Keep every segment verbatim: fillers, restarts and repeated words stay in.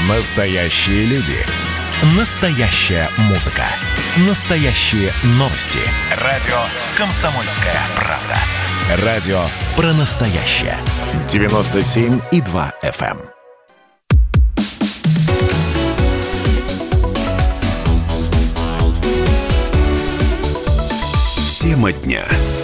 Настоящие люди. Настоящая музыка. Настоящие новости. Радио «Комсомольская правда». Радио про настоящее. девяносто семь и два эф эм. Тема дня.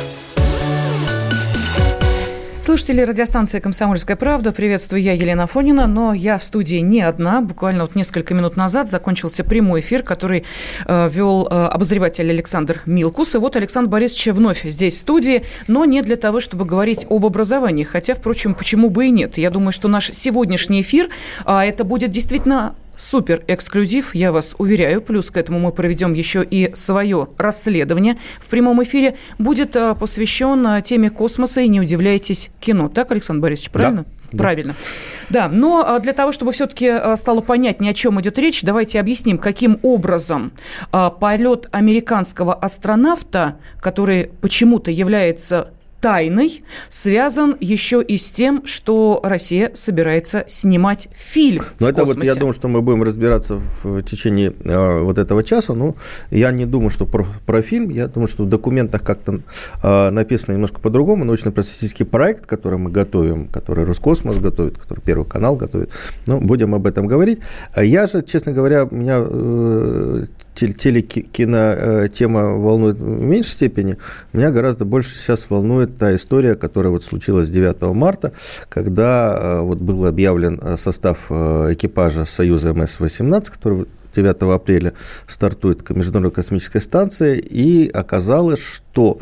Слушатели радиостанции «Комсомольская правда», приветствую, я Елена Афонина, но я в студии не одна. Буквально вот несколько минут назад закончился прямой эфир, который э, вел э, обозреватель Александр Милкус. И вот Александр Борисович вновь здесь в студии, но не для того, чтобы говорить об образовании. Хотя, впрочем, почему бы и нет. Я думаю, что наш сегодняшний эфир, э, это будет действительно супер эксклюзив, я вас уверяю. Плюс к этому мы проведем еще и свое расследование в прямом эфире. Будет а, посвящен а, теме космоса, и не удивляйтесь, кино. Так, Александр Борисович, правильно? Да. Правильно. Да, но а, для того, чтобы все-таки а, стало понятнее, о чем идет речь, давайте объясним, каким образом а, полет американского астронавта, который почему-то является тайной, связан еще и с тем, что Россия собирается снимать фильм Но в это космосе. Вот, я думаю, что мы будем разбираться в течение э, вот этого часа. Ну, я не думаю, что про, про фильм. Я думаю, что в документах как-то э, написано немножко по-другому. Научно-просветительский проект, который мы готовим, который Роскосмос готовит, который Первый канал готовит. Ну, будем об этом говорить. Я же, честно говоря, меня э, телекино тема волнует в меньшей степени. Меня гораздо больше сейчас волнует та история, которая вот случилась девятого марта, когда вот был объявлен состав экипажа Союза эм эс восемнадцать, который девятого апреля стартует Международная космическая станция, и оказалось, что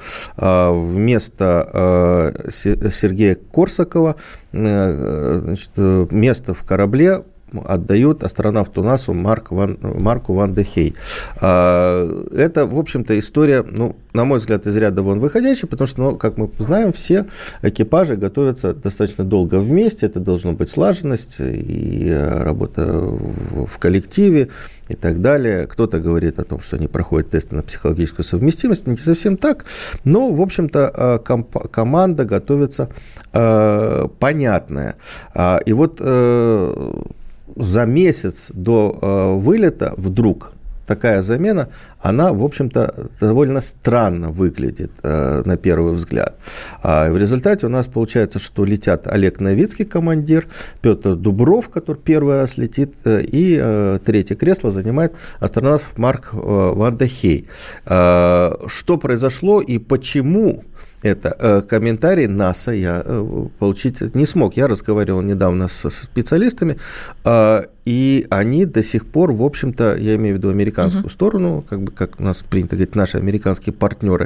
вместо Сергея Корсакова, значит, место в корабле отдают астронавту НАСА Марк Ван, Марку Ван де Хей. Это, в общем-то, история, ну, на мой взгляд, из ряда вон выходящая, потому что, ну, как мы знаем, все экипажи готовятся достаточно долго вместе, это должна быть слаженность и работа в коллективе и так далее. Кто-то говорит о том, что они проходят тесты на психологическую совместимость, не совсем так, но, в общем-то, комп- команда готовится понятная. И вот за месяц до э, вылета вдруг такая замена, она, в общем-то, довольно странно выглядит э, на первый взгляд. А в результате у нас получается, что летят Олег Новицкий, командир, Петр Дубров, который первый раз летит, э, и э, третье кресло занимает астронавт Марк э, Ван де Хей. Э, что произошло и почему? Это комментарий НАСА я получить не смог. Я разговаривал недавно со специалистами, и они до сих пор, в общем-то, я имею в виду американскую uh-huh. сторону, как бы, как у нас принято говорить, наши американские партнеры,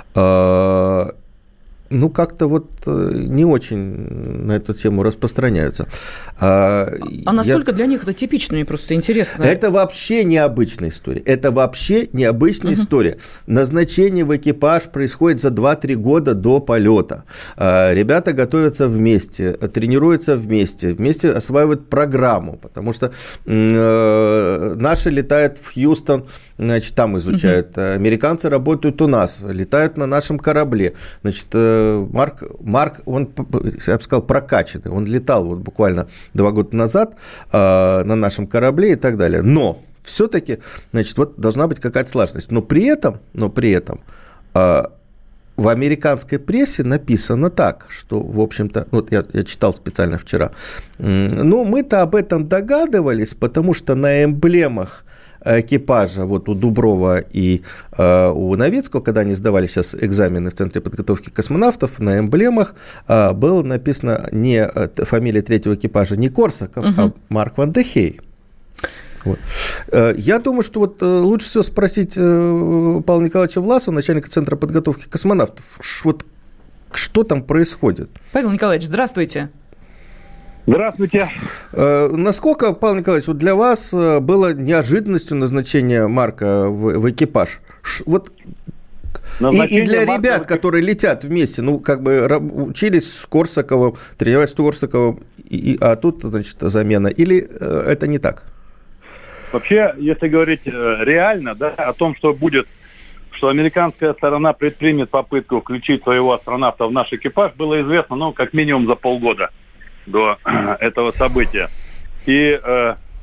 ну, как-то вот не очень на эту тему распространяются. А, а насколько я... для них это типично, мне просто интересно. Это вообще необычная история. Это вообще необычная uh-huh. история. Назначение в экипаж происходит за два-три года до полета. Ребята готовятся вместе, тренируются вместе, вместе осваивают программу, потому что наши летают в Хьюстон, значит, там изучают. Uh-huh. Американцы работают у нас, летают на нашем корабле. Значит, Марк, Марк, он, я бы сказал, прокачанный. Он летал вот буквально два года назад э, на нашем корабле и так далее. Но все-таки, значит, вот должна быть какая-то слаженность. Но при этом, но при этом э, в американской прессе написано так, что, в общем-то, вот я, я читал специально вчера, э, ну, мы-то об этом догадывались, потому что на эмблемах экипажа вот у Дуброва и э, у Новицкого, когда они сдавали сейчас экзамены в Центре подготовки космонавтов, на эмблемах э, было написано не э, фамилия третьего экипажа, не Корсаков, uh-huh. а Марк Ван де Хей. Вот. Я думаю, что вот лучше всего спросить Павла Николаевича Власова, начальника Центра подготовки космонавтов, вот что там происходит. Павел Николаевич, здравствуйте. Здравствуйте. Э, насколько, Павел Николаевич, вот для вас было неожиданностью назначение Марка в, в экипаж? Ш, вот, и, и для Марка ребят, в... которые летят вместе, ну, как бы учились с Корсаковым, тренировались с Корсаковым, и, а тут, значит, замена. Или э, это не так? Вообще, если говорить реально, да, о том, что будет, что американская сторона предпримет попытку включить своего астронавта в наш экипаж, было известно, ну, как минимум за полгода до этого события. И э,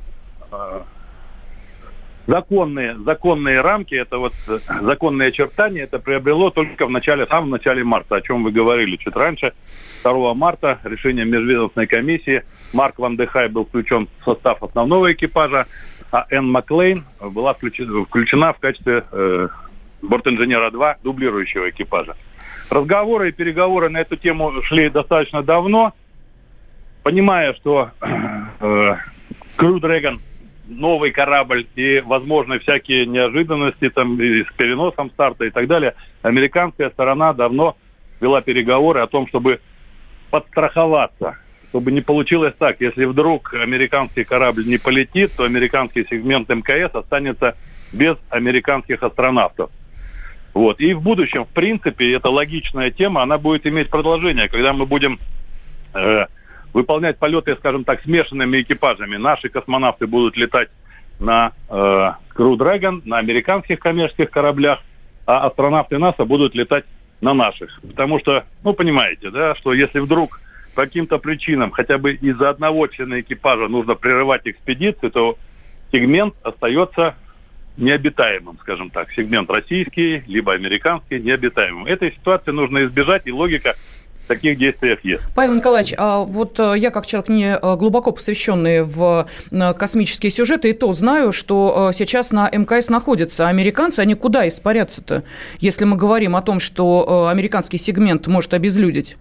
законные, законные рамки, это вот законные очертания, это приобрело только в начале, сам в начале марта, о чем вы говорили чуть раньше. второго марта решением межведомственной комиссии Марк Ван де Хай был включен в состав основного экипажа, а Энн Маклейн была включена, включена в качестве э, бортинженера два дублирующего экипажа. Разговоры и переговоры на эту тему шли достаточно давно, понимая, что э, Crew Dragon, новый корабль и возможны всякие неожиданности там, и с переносом старта и так далее, американская сторона давно вела переговоры о том, чтобы подстраховаться, чтобы не получилось так, если вдруг американский корабль не полетит, то американский сегмент МКС останется без американских астронавтов. Вот. И в будущем, в принципе, эта логичная тема, она будет иметь продолжение, когда мы будем э, выполнять полеты, скажем так, смешанными экипажами. Наши космонавты будут летать на э, Crew Dragon, на американских коммерческих кораблях, а астронавты НАСА будут летать на наших. Потому что, ну, понимаете, да, что если вдруг по каким-то причинам, хотя бы из-за одного члена экипажа нужно прерывать экспедицию, то сегмент остается необитаемым, скажем так. Сегмент российский, либо американский, необитаемым. Этой ситуации нужно избежать, и логика в таких действиях есть. Павел Николаевич, а вот я как человек не глубоко посвященный в космические сюжеты, и то знаю, что сейчас на МКС находятся американцы. Они куда испарятся-то, если мы говорим о том, что американский сегмент может обезлюдить?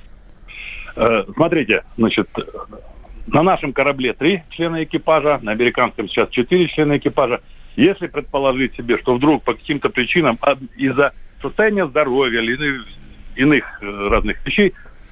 Смотрите, значит, на нашем корабле три члена экипажа, на американском сейчас четыре члена экипажа. Если предположить себе, что вдруг по каким-то причинам из-за состояния здоровья или иных разных вещей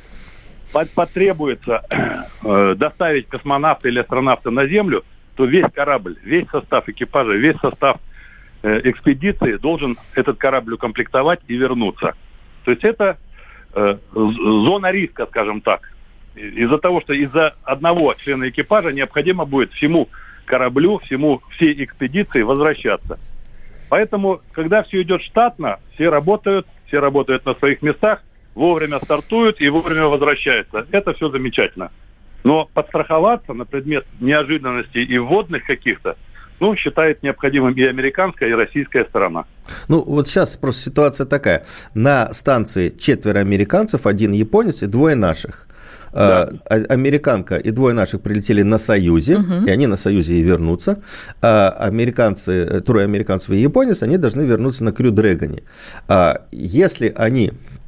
потребуется э, доставить космонавта или астронавта на Землю, то весь корабль, весь состав экипажа, весь состав э, экспедиции должен этот корабль укомплектовать и вернуться. То есть это э, зона риска, скажем так. Из-за того, что из-за одного члена экипажа необходимо будет всему кораблю, всему, всей экспедиции возвращаться. Поэтому, когда все идет штатно, все работают, все работают на своих местах, вовремя стартуют и вовремя возвращаются. Это все замечательно. Но подстраховаться на предмет неожиданностей и вводных каких-то, ну, считает необходимым и американская, и российская сторона. Ну, вот сейчас просто ситуация такая. На станции четверо американцев, один японец и двое наших. Да. Американка и двое наших прилетели на «Союзе», угу. и они на «Союзе» и вернутся. А американцы, трое американцев и японец, они должны вернуться на Crew Dragon. А если они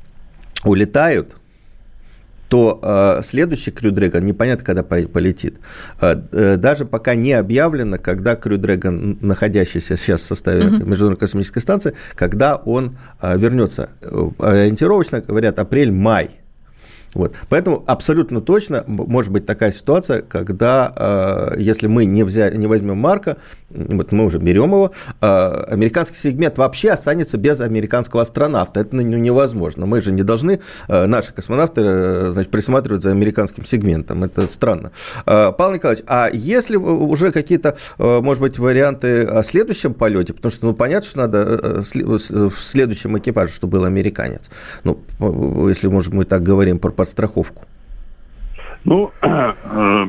улетают, то э, следующий Crew Dragon непонятно, когда полетит. Э, э, даже пока не объявлено, когда Crew Dragon, находящийся сейчас в составе uh-huh. Международной космической станции, когда он э, вернется. Ориентировочно говорят апрель-май. Вот. Поэтому абсолютно точно может быть такая ситуация, когда, э, если мы не, взяли, не возьмем Марка, вот мы уже берем его, э, американский сегмент вообще останется без американского астронавта. Это ну, невозможно. Мы же не должны, э, наши космонавты, э, значит, присматривать за американским сегментом. Это странно. Э, Павел Николаевич, а если уже какие-то, э, может быть, варианты о следующем полете? Потому что, ну, понятно, что надо э, в следующем экипаже, чтобы был американец. Ну, если, может, мы так говорим про подстраховку. Ну, э, э,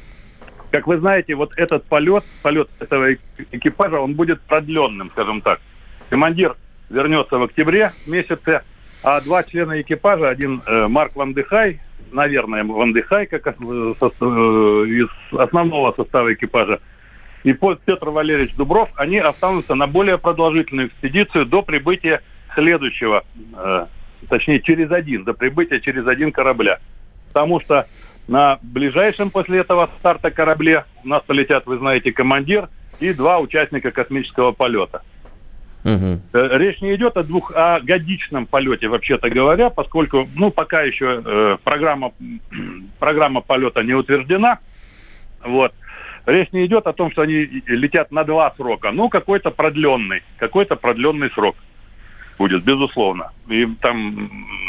как вы знаете, вот этот полет, полет этого экипажа, он будет продленным, скажем так. Командир вернется в октябре месяце, а два члена экипажа, один э, Марк Ван де Хай, наверное, Ван де Хай, как э, со, э, из основного состава экипажа, и Петр Валерьевич Дубров, они останутся на более продолжительную экспедицию до прибытия следующего э, точнее, через один, до прибытия через один корабля. Потому что на ближайшем после этого старта корабле у нас полетят, вы знаете, командир и два участника космического полета. Угу. Речь не идет о двух, о годичном полете, вообще-то говоря, поскольку, ну, пока еще э, программа, программа полета не утверждена. Вот. Речь не идет о том, что они летят на два срока, ну, какой-то продленный, какой-то продленный срок будет, безусловно. И там,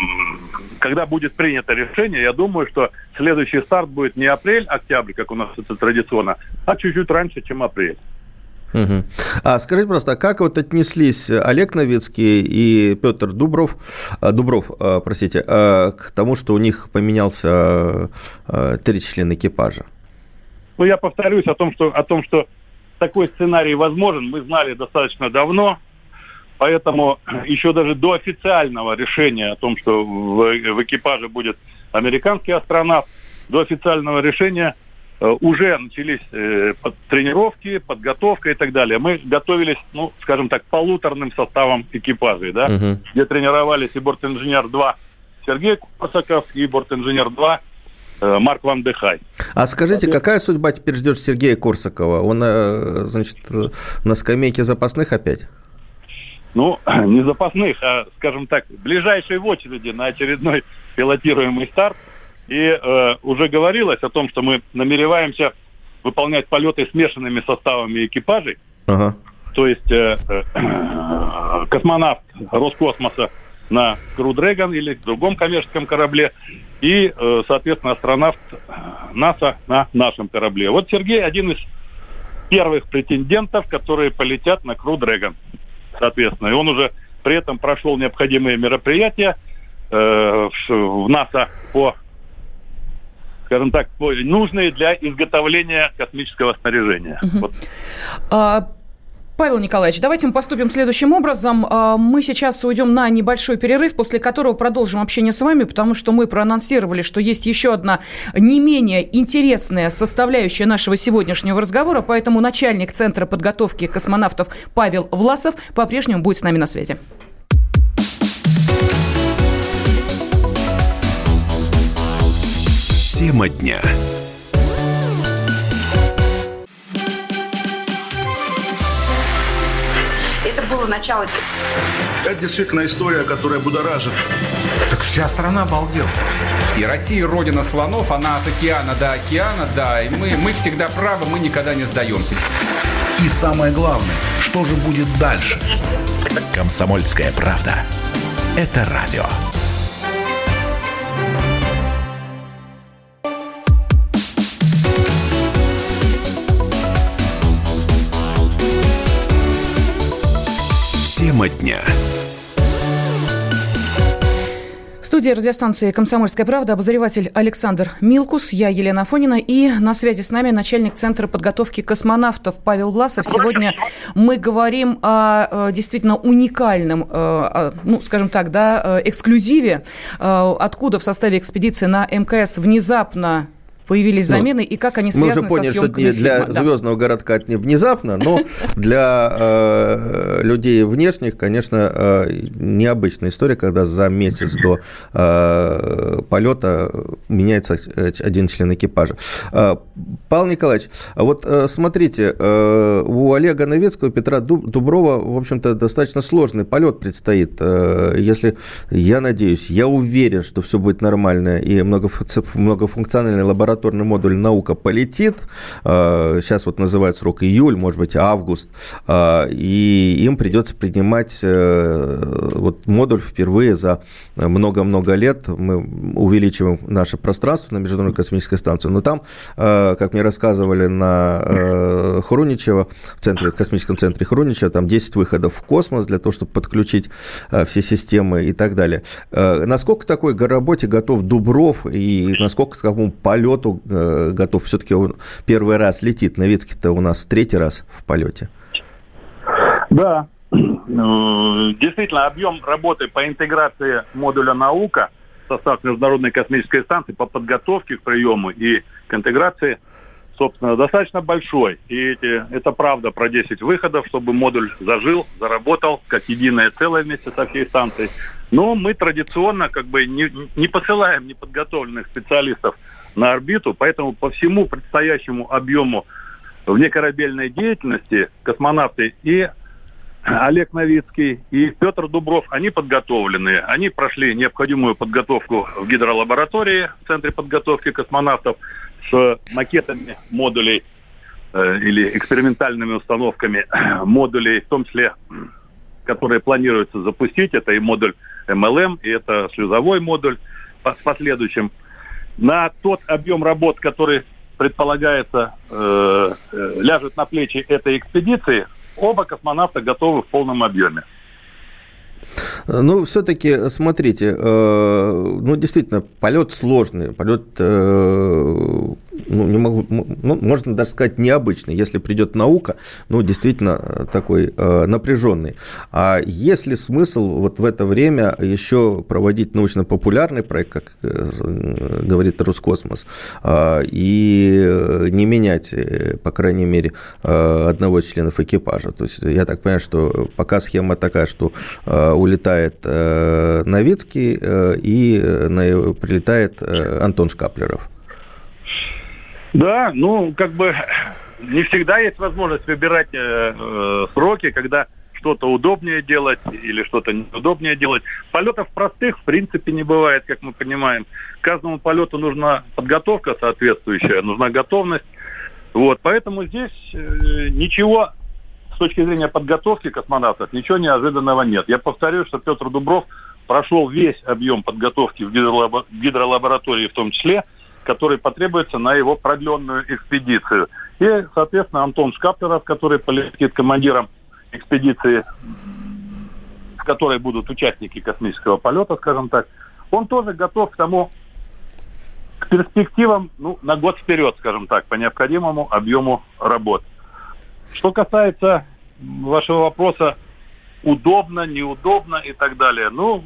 когда будет принято решение, я думаю, что следующий старт будет не апрель-октябрь, как у нас это традиционно, а чуть-чуть раньше, чем апрель. Угу. А скажите просто, как вот отнеслись Олег Новицкий и Петр Дубров, Дубров, простите, к тому, что у них поменялся третий член экипажа? Ну, я повторюсь о том, что, о том, что такой сценарий возможен, мы знали достаточно давно. Поэтому еще даже до официального решения о том, что в, в экипаже будет американский астронавт, до официального решения э, уже начались э, под, тренировки, подготовка и так далее. Мы готовились, ну, скажем так, полуторным составом экипажей, да, uh-huh. где тренировались и бортинженер-два Сергей Корсаков, и бортинженер-два э, Марк Ван де Хай. А скажите, какая судьба теперь ждет Сергея Корсакова? Он, э, значит, на скамейке запасных опять? Ну, не запасных, а, скажем так, ближайшей в очереди на очередной пилотируемый старт. И э, уже говорилось о том, что мы намереваемся выполнять полеты смешанными составами экипажей. Ага. То есть э, э, космонавт Роскосмоса на Crew Dragon или другом коммерческом корабле. И, э, соответственно, астронавт НАСА на нашем корабле. Вот Сергей один из первых претендентов, которые полетят на Crew Dragon. Соответственно, и он уже при этом прошел необходимые мероприятия э, в НАСА по, скажем так, по, нужные для изготовления космического снаряжения. Угу. Вот. А, Павел Николаевич, давайте мы поступим следующим образом. Мы сейчас уйдем на небольшой перерыв, после которого продолжим общение с вами, потому что мы проанонсировали, что есть еще одна не менее интересная составляющая нашего сегодняшнего разговора, поэтому начальник Центра подготовки космонавтов Павел Власов по-прежнему будет с нами на связи. Тема дня. Это было начало. Это действительно история, которая будоражит. Так вся страна обалдела. И Россия родина слонов, она от океана до океана, да. И мы, мы всегда правы, мы никогда не сдаемся. И самое главное, что же будет дальше? «Комсомольская правда». Это радио. Тема дня. В студии радиостанции «Комсомольская правда» обозреватель Александр Милкус, я Елена Афонина, и на связи с нами начальник Центра подготовки космонавтов Павел Власов. Сегодня мы говорим о действительно уникальном, ну, скажем так, да, эксклюзиве, откуда в составе экспедиции на МКС внезапно появились замены, ну, и как они связаны со съемками фильма. Мы уже поняли, что для да. «Звездного городка» это не внезапно, но для э, людей внешних, конечно, э, необычная история, когда за месяц до э, полета меняется один член экипажа. Э, Павел Николаевич, вот э, смотрите, э, у Олега Новецкого, Петра Дуброва, в общем-то, достаточно сложный полет предстоит. Э, если, я надеюсь, я уверен, что все будет нормально, и многофункциональная лаборатория лабораторный модуль «Наука» полетит. Сейчас вот называют срок июль, может быть, август. И им придется принимать вот модуль впервые за много-много лет. Мы увеличиваем наше пространство на Международной космической станции. Но там, как мне рассказывали на Хруничево, в центре, в космическом центре Хруничева, там десять выходов в космос для того, чтобы подключить все системы и так далее. Насколько такой работе готов Дубров и насколько к такому полету готов? Все-таки он первый раз летит. Новецкий-то у нас третий раз в полете. Да. Действительно, объем работы по интеграции модуля «Наука» в состав Международной космической станции по подготовке к приему и к интеграции, собственно, достаточно большой. И эти, это правда про десять выходов, чтобы модуль зажил, заработал как единое целое вместе со всей станцией. Но мы традиционно как бы не, не посылаем неподготовленных специалистов на орбиту, поэтому по всему предстоящему объему внекорабельной деятельности космонавты и Олег Новицкий и Петр Дубров, они подготовлены. Они прошли необходимую подготовку в гидролаборатории в Центре подготовки космонавтов с макетами модулей э, или экспериментальными установками модулей, в том числе, которые планируется запустить. Это и модуль эм эл эм, и это шлюзовой модуль с последующим. На тот объем работ, который предполагается э, э, ляжет на плечи этой экспедиции, оба космонавта готовы в полном объеме. Ну, все-таки, смотрите, ну, действительно, полет сложный, полет, ну, не могу, ну, можно даже сказать, необычный. Если придет наука, ну, действительно, такой напряженный. А есть ли смысл вот в это время еще проводить научно-популярный проект, как говорит Роскосмос, и не менять, по крайней мере, одного из членов экипажа? То есть я так понимаю, что пока схема такая, что улетает Новицкий и прилетает Антон Шкаплеров. Да, ну, как бы не всегда есть возможность выбирать э, э, сроки, когда что-то удобнее делать или что-то неудобнее делать. Полетов простых, в принципе, не бывает, как мы понимаем. К каждому полету нужна подготовка соответствующая, нужна готовность. Вот, поэтому здесь э, ничего с точки зрения подготовки космонавтов, ничего неожиданного нет. Я повторю, что Петр Дубров прошел весь объем подготовки в гидролабо- гидролаборатории в том числе, который потребуется на его продленную экспедицию. И, соответственно, Антон Шкаплеров, который полетит командиром экспедиции, в которой будут участники космического полета, скажем так, он тоже готов к тому, к перспективам, ну, на год вперед, скажем так, по необходимому объему работ. Что касается вашего вопроса, удобно, неудобно и так далее, ну,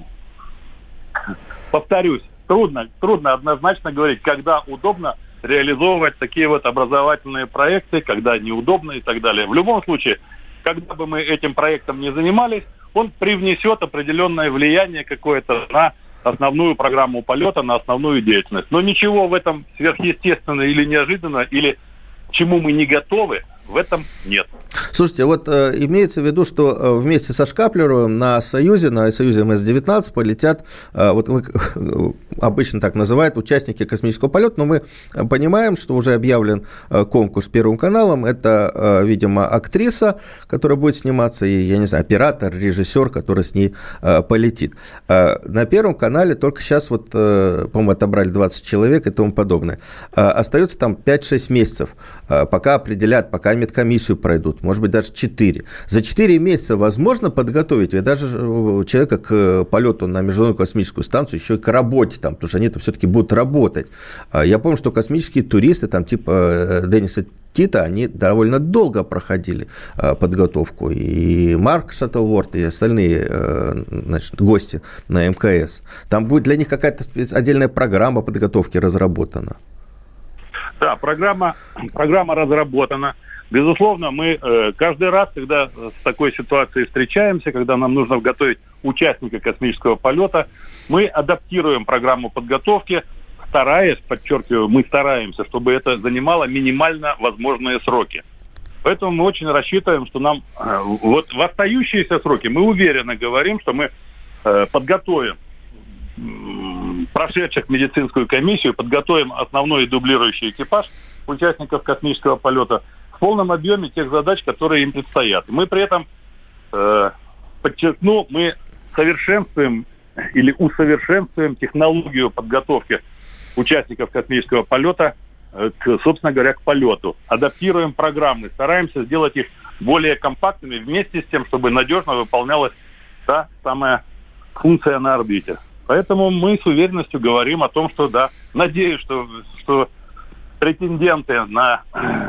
повторюсь, Трудно, трудно однозначно говорить, когда удобно реализовывать такие вот образовательные проекты, когда неудобно и так далее. В любом случае, когда бы мы этим проектом не занимались, он привнесет определенное влияние какое-то на основную программу полета, на основную деятельность. Но ничего в этом сверхъестественного или неожиданного, или к чему мы не готовы, в этом нет. Слушайте, вот э, имеется в виду, что э, вместе со Шкаплеровым на Союзе, на Союзе эм эс девятнадцать полетят, э, вот мы, э, обычно так называют, участники космического полета, но мы понимаем, что уже объявлен э, конкурс Первым каналом. Это, э, видимо, актриса, которая будет сниматься, и, я не знаю, оператор, режиссер, который с ней э, полетит. Э, на Первом канале только сейчас, вот, э, по-моему, отобрали двадцать человек и тому подобное. Э, остается там пять-шесть месяцев, э, пока определят, пока медкомиссию пройдут, может быть, даже четыре. За четыре месяца возможно подготовить, ведь даже человека к полету на Международную космическую станцию, еще и к работе там, потому что они-то все-таки будут работать. Я помню, что космические туристы, там, типа Денниса Тита, они довольно долго проходили подготовку. И Марк Шаттлворт, и остальные, значит, гости на эм ка эс. Там будет для них какая-то отдельная программа подготовки разработана. Да, программа, программа разработана. Безусловно, мы э, каждый раз, когда с такой ситуацией встречаемся, когда нам нужно готовить участника космического полета, мы адаптируем программу подготовки, стараясь, подчеркиваю, мы стараемся, чтобы это занимало минимально возможные сроки. Поэтому мы очень рассчитываем, что нам э, вот в остающиеся сроки мы уверенно говорим, что мы э, подготовим э, прошедших медицинскую комиссию, подготовим основной и дублирующий экипаж участников космического полета в полном объеме тех задач, которые им предстоят. И мы при этом, э, подчеркну, мы совершенствуем или усовершенствуем технологию подготовки участников космического полета, э, к, собственно говоря, к полету. Адаптируем программы, стараемся сделать их более компактными, вместе с тем, чтобы надежно выполнялась та самая функция на орбите. Поэтому мы с уверенностью говорим о том, что, да, надеюсь, что, что претенденты на,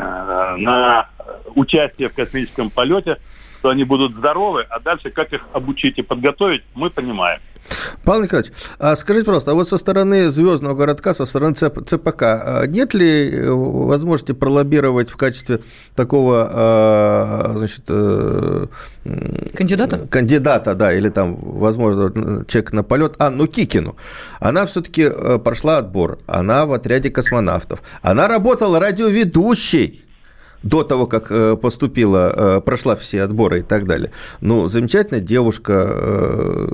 на участие в космическом полете, что они будут здоровы, а дальше как их обучить и подготовить, мы понимаем. Павел Николаевич, а скажите, пожалуйста, а вот со стороны Звездного городка, со стороны цэ пэ ка, нет ли возможности пролоббировать в качестве такого, значит, кандидата? Кандидата, да, или там, возможно, человек на полет, Анну Кикину? Она все-таки прошла отбор, она в отряде космонавтов, она работала радиоведущей до того, как поступила, прошла все отборы и так далее. Ну, замечательная девушка.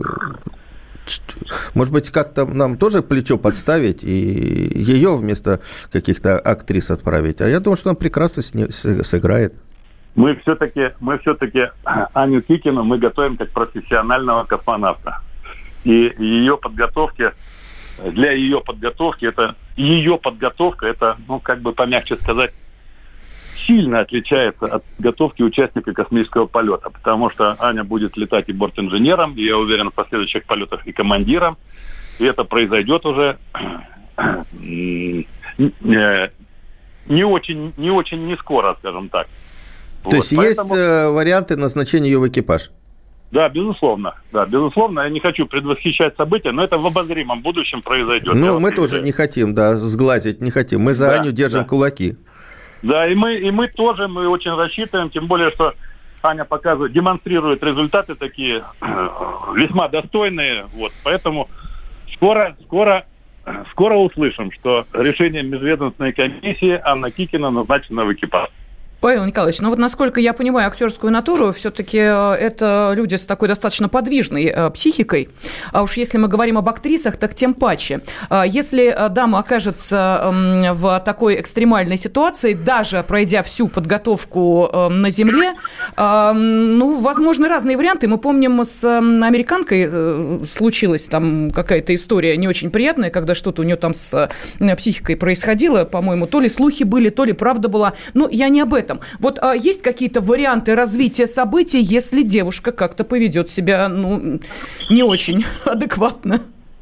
Может быть, как-то нам тоже плечо подставить и ее вместо каких-то актрис отправить? А я думаю, что она прекрасно с ней сыграет. Мы все-таки, мы все-таки Аню Кикину мы готовим как профессионального космонавта. И ее подготовки, для ее подготовки, это ее подготовка, это, ну, как бы помягче сказать, сильно отличается от подготовки участника космического полета, потому что Аня будет летать и бортинженером, и, я уверен, в последующих полетах и командиром, и это произойдет уже не очень, не очень не скоро, скажем так. То вот, есть поэтому... есть варианты назначения ее в экипаж? Да, безусловно. Да, безусловно. Я не хочу предвосхищать события, но это в обозримом будущем произойдет. Ну, мы тоже не хотим, да, сглазить не хотим. Мы за да, Аню держим да. кулаки. Да, и мы, и мы тоже, мы очень рассчитываем, тем более, что Аня показывает, демонстрирует результаты такие весьма достойные. Вот, поэтому скоро, скоро, скоро услышим, что решением межведомственной комиссии Анна Кикина назначена в экипаж. Павел Николаевич, ну вот насколько я понимаю актерскую натуру, все-таки это люди с такой достаточно подвижной э, психикой. А уж если мы говорим об актрисах, так тем паче. А если дама окажется э, в такой экстремальной ситуации, даже пройдя всю подготовку э, на земле, э, ну, возможны разные варианты. Мы помним, с американкой э, случилась там какая-то история не очень приятная, когда что-то у нее там с э, психикой происходило, по-моему, то ли слухи были, то ли правда была. Но я не об этом. Вот а, есть какие-то варианты развития событий, если девушка как-то поведет себя, ну, не очень адекватно?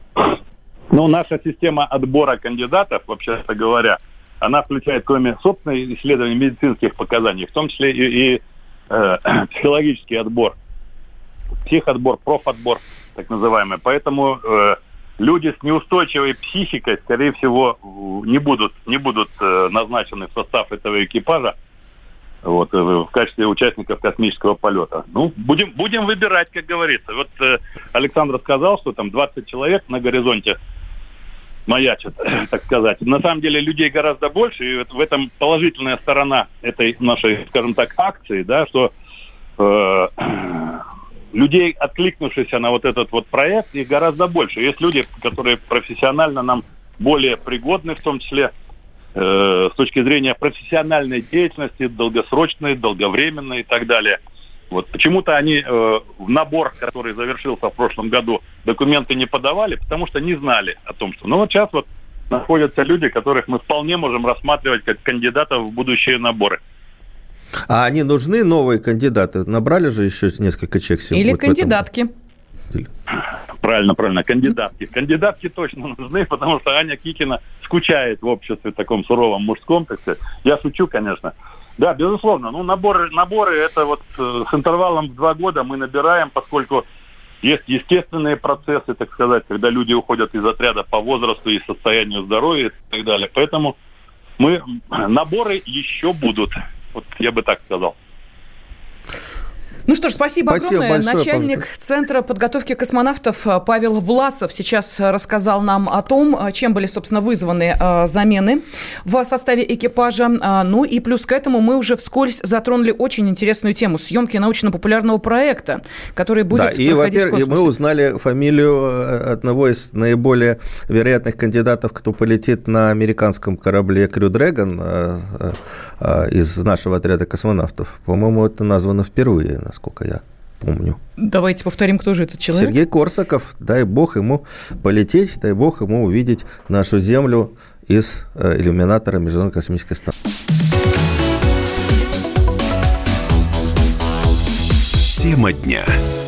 Ну, наша система отбора кандидатов, вообще-то говоря, она включает, кроме собственных исследований медицинских показаний, в том числе и, и э, психологический отбор, психотбор, профотбор, так называемый. Поэтому э, люди с неустойчивой психикой, скорее всего, не будут, не будут э, назначены в состав этого экипажа. Вот, в качестве участников космического полета. Ну, будем, будем выбирать, как говорится. Вот э, Александр сказал, что там двадцать человек на горизонте маячат, так сказать. На самом деле людей гораздо больше, и вот в этом положительная сторона этой нашей, скажем так, акции, да, что э, людей, откликнувшихся на вот этот вот проект, их гораздо больше. Есть люди, которые профессионально нам более пригодны, в том числе с точки зрения профессиональной деятельности, долгосрочной, долговременной и так далее. Вот. Почему-то они э, в набор, который завершился в прошлом году, документы не подавали, потому что не знали о том, что... Ну вот сейчас вот находятся люди, которых мы вполне можем рассматривать как кандидатов в будущие наборы. А они нужны, новые кандидаты? Набрали же еще несколько человек сегодня? Или вот кандидатки? Правильно, правильно, кандидатки. Кандидатки точно нужны, потому что Аня Кикина скучает в обществе таком суровом мужском, так сказать. Я шучу, конечно. Да, безусловно. Ну, наборы, наборы это вот э, с интервалом в два года мы набираем, поскольку есть естественные процессы, так сказать, когда люди уходят из отряда по возрасту и состоянию здоровья и так далее. Поэтому мы наборы еще будут. Вот я бы так сказал. Ну что ж, спасибо, спасибо огромное. Большое, Начальник Павел. Центра подготовки космонавтов Павел Власов сейчас рассказал нам о том, чем были, собственно, вызваны замены в составе экипажа. Ну и плюс к этому мы уже вскользь затронули очень интересную тему – съемки научно-популярного проекта, который будет да, проходить и, в космосе. И мы узнали фамилию одного из наиболее вероятных кандидатов, кто полетит на американском корабле Crew Dragon из нашего отряда космонавтов. По-моему, это названо впервые, насколько я помню. Давайте повторим, кто же этот человек. Сергей Корсаков. Дай бог ему полететь, дай бог ему увидеть нашу Землю из иллюминатора Международной космической станции. Тема дня.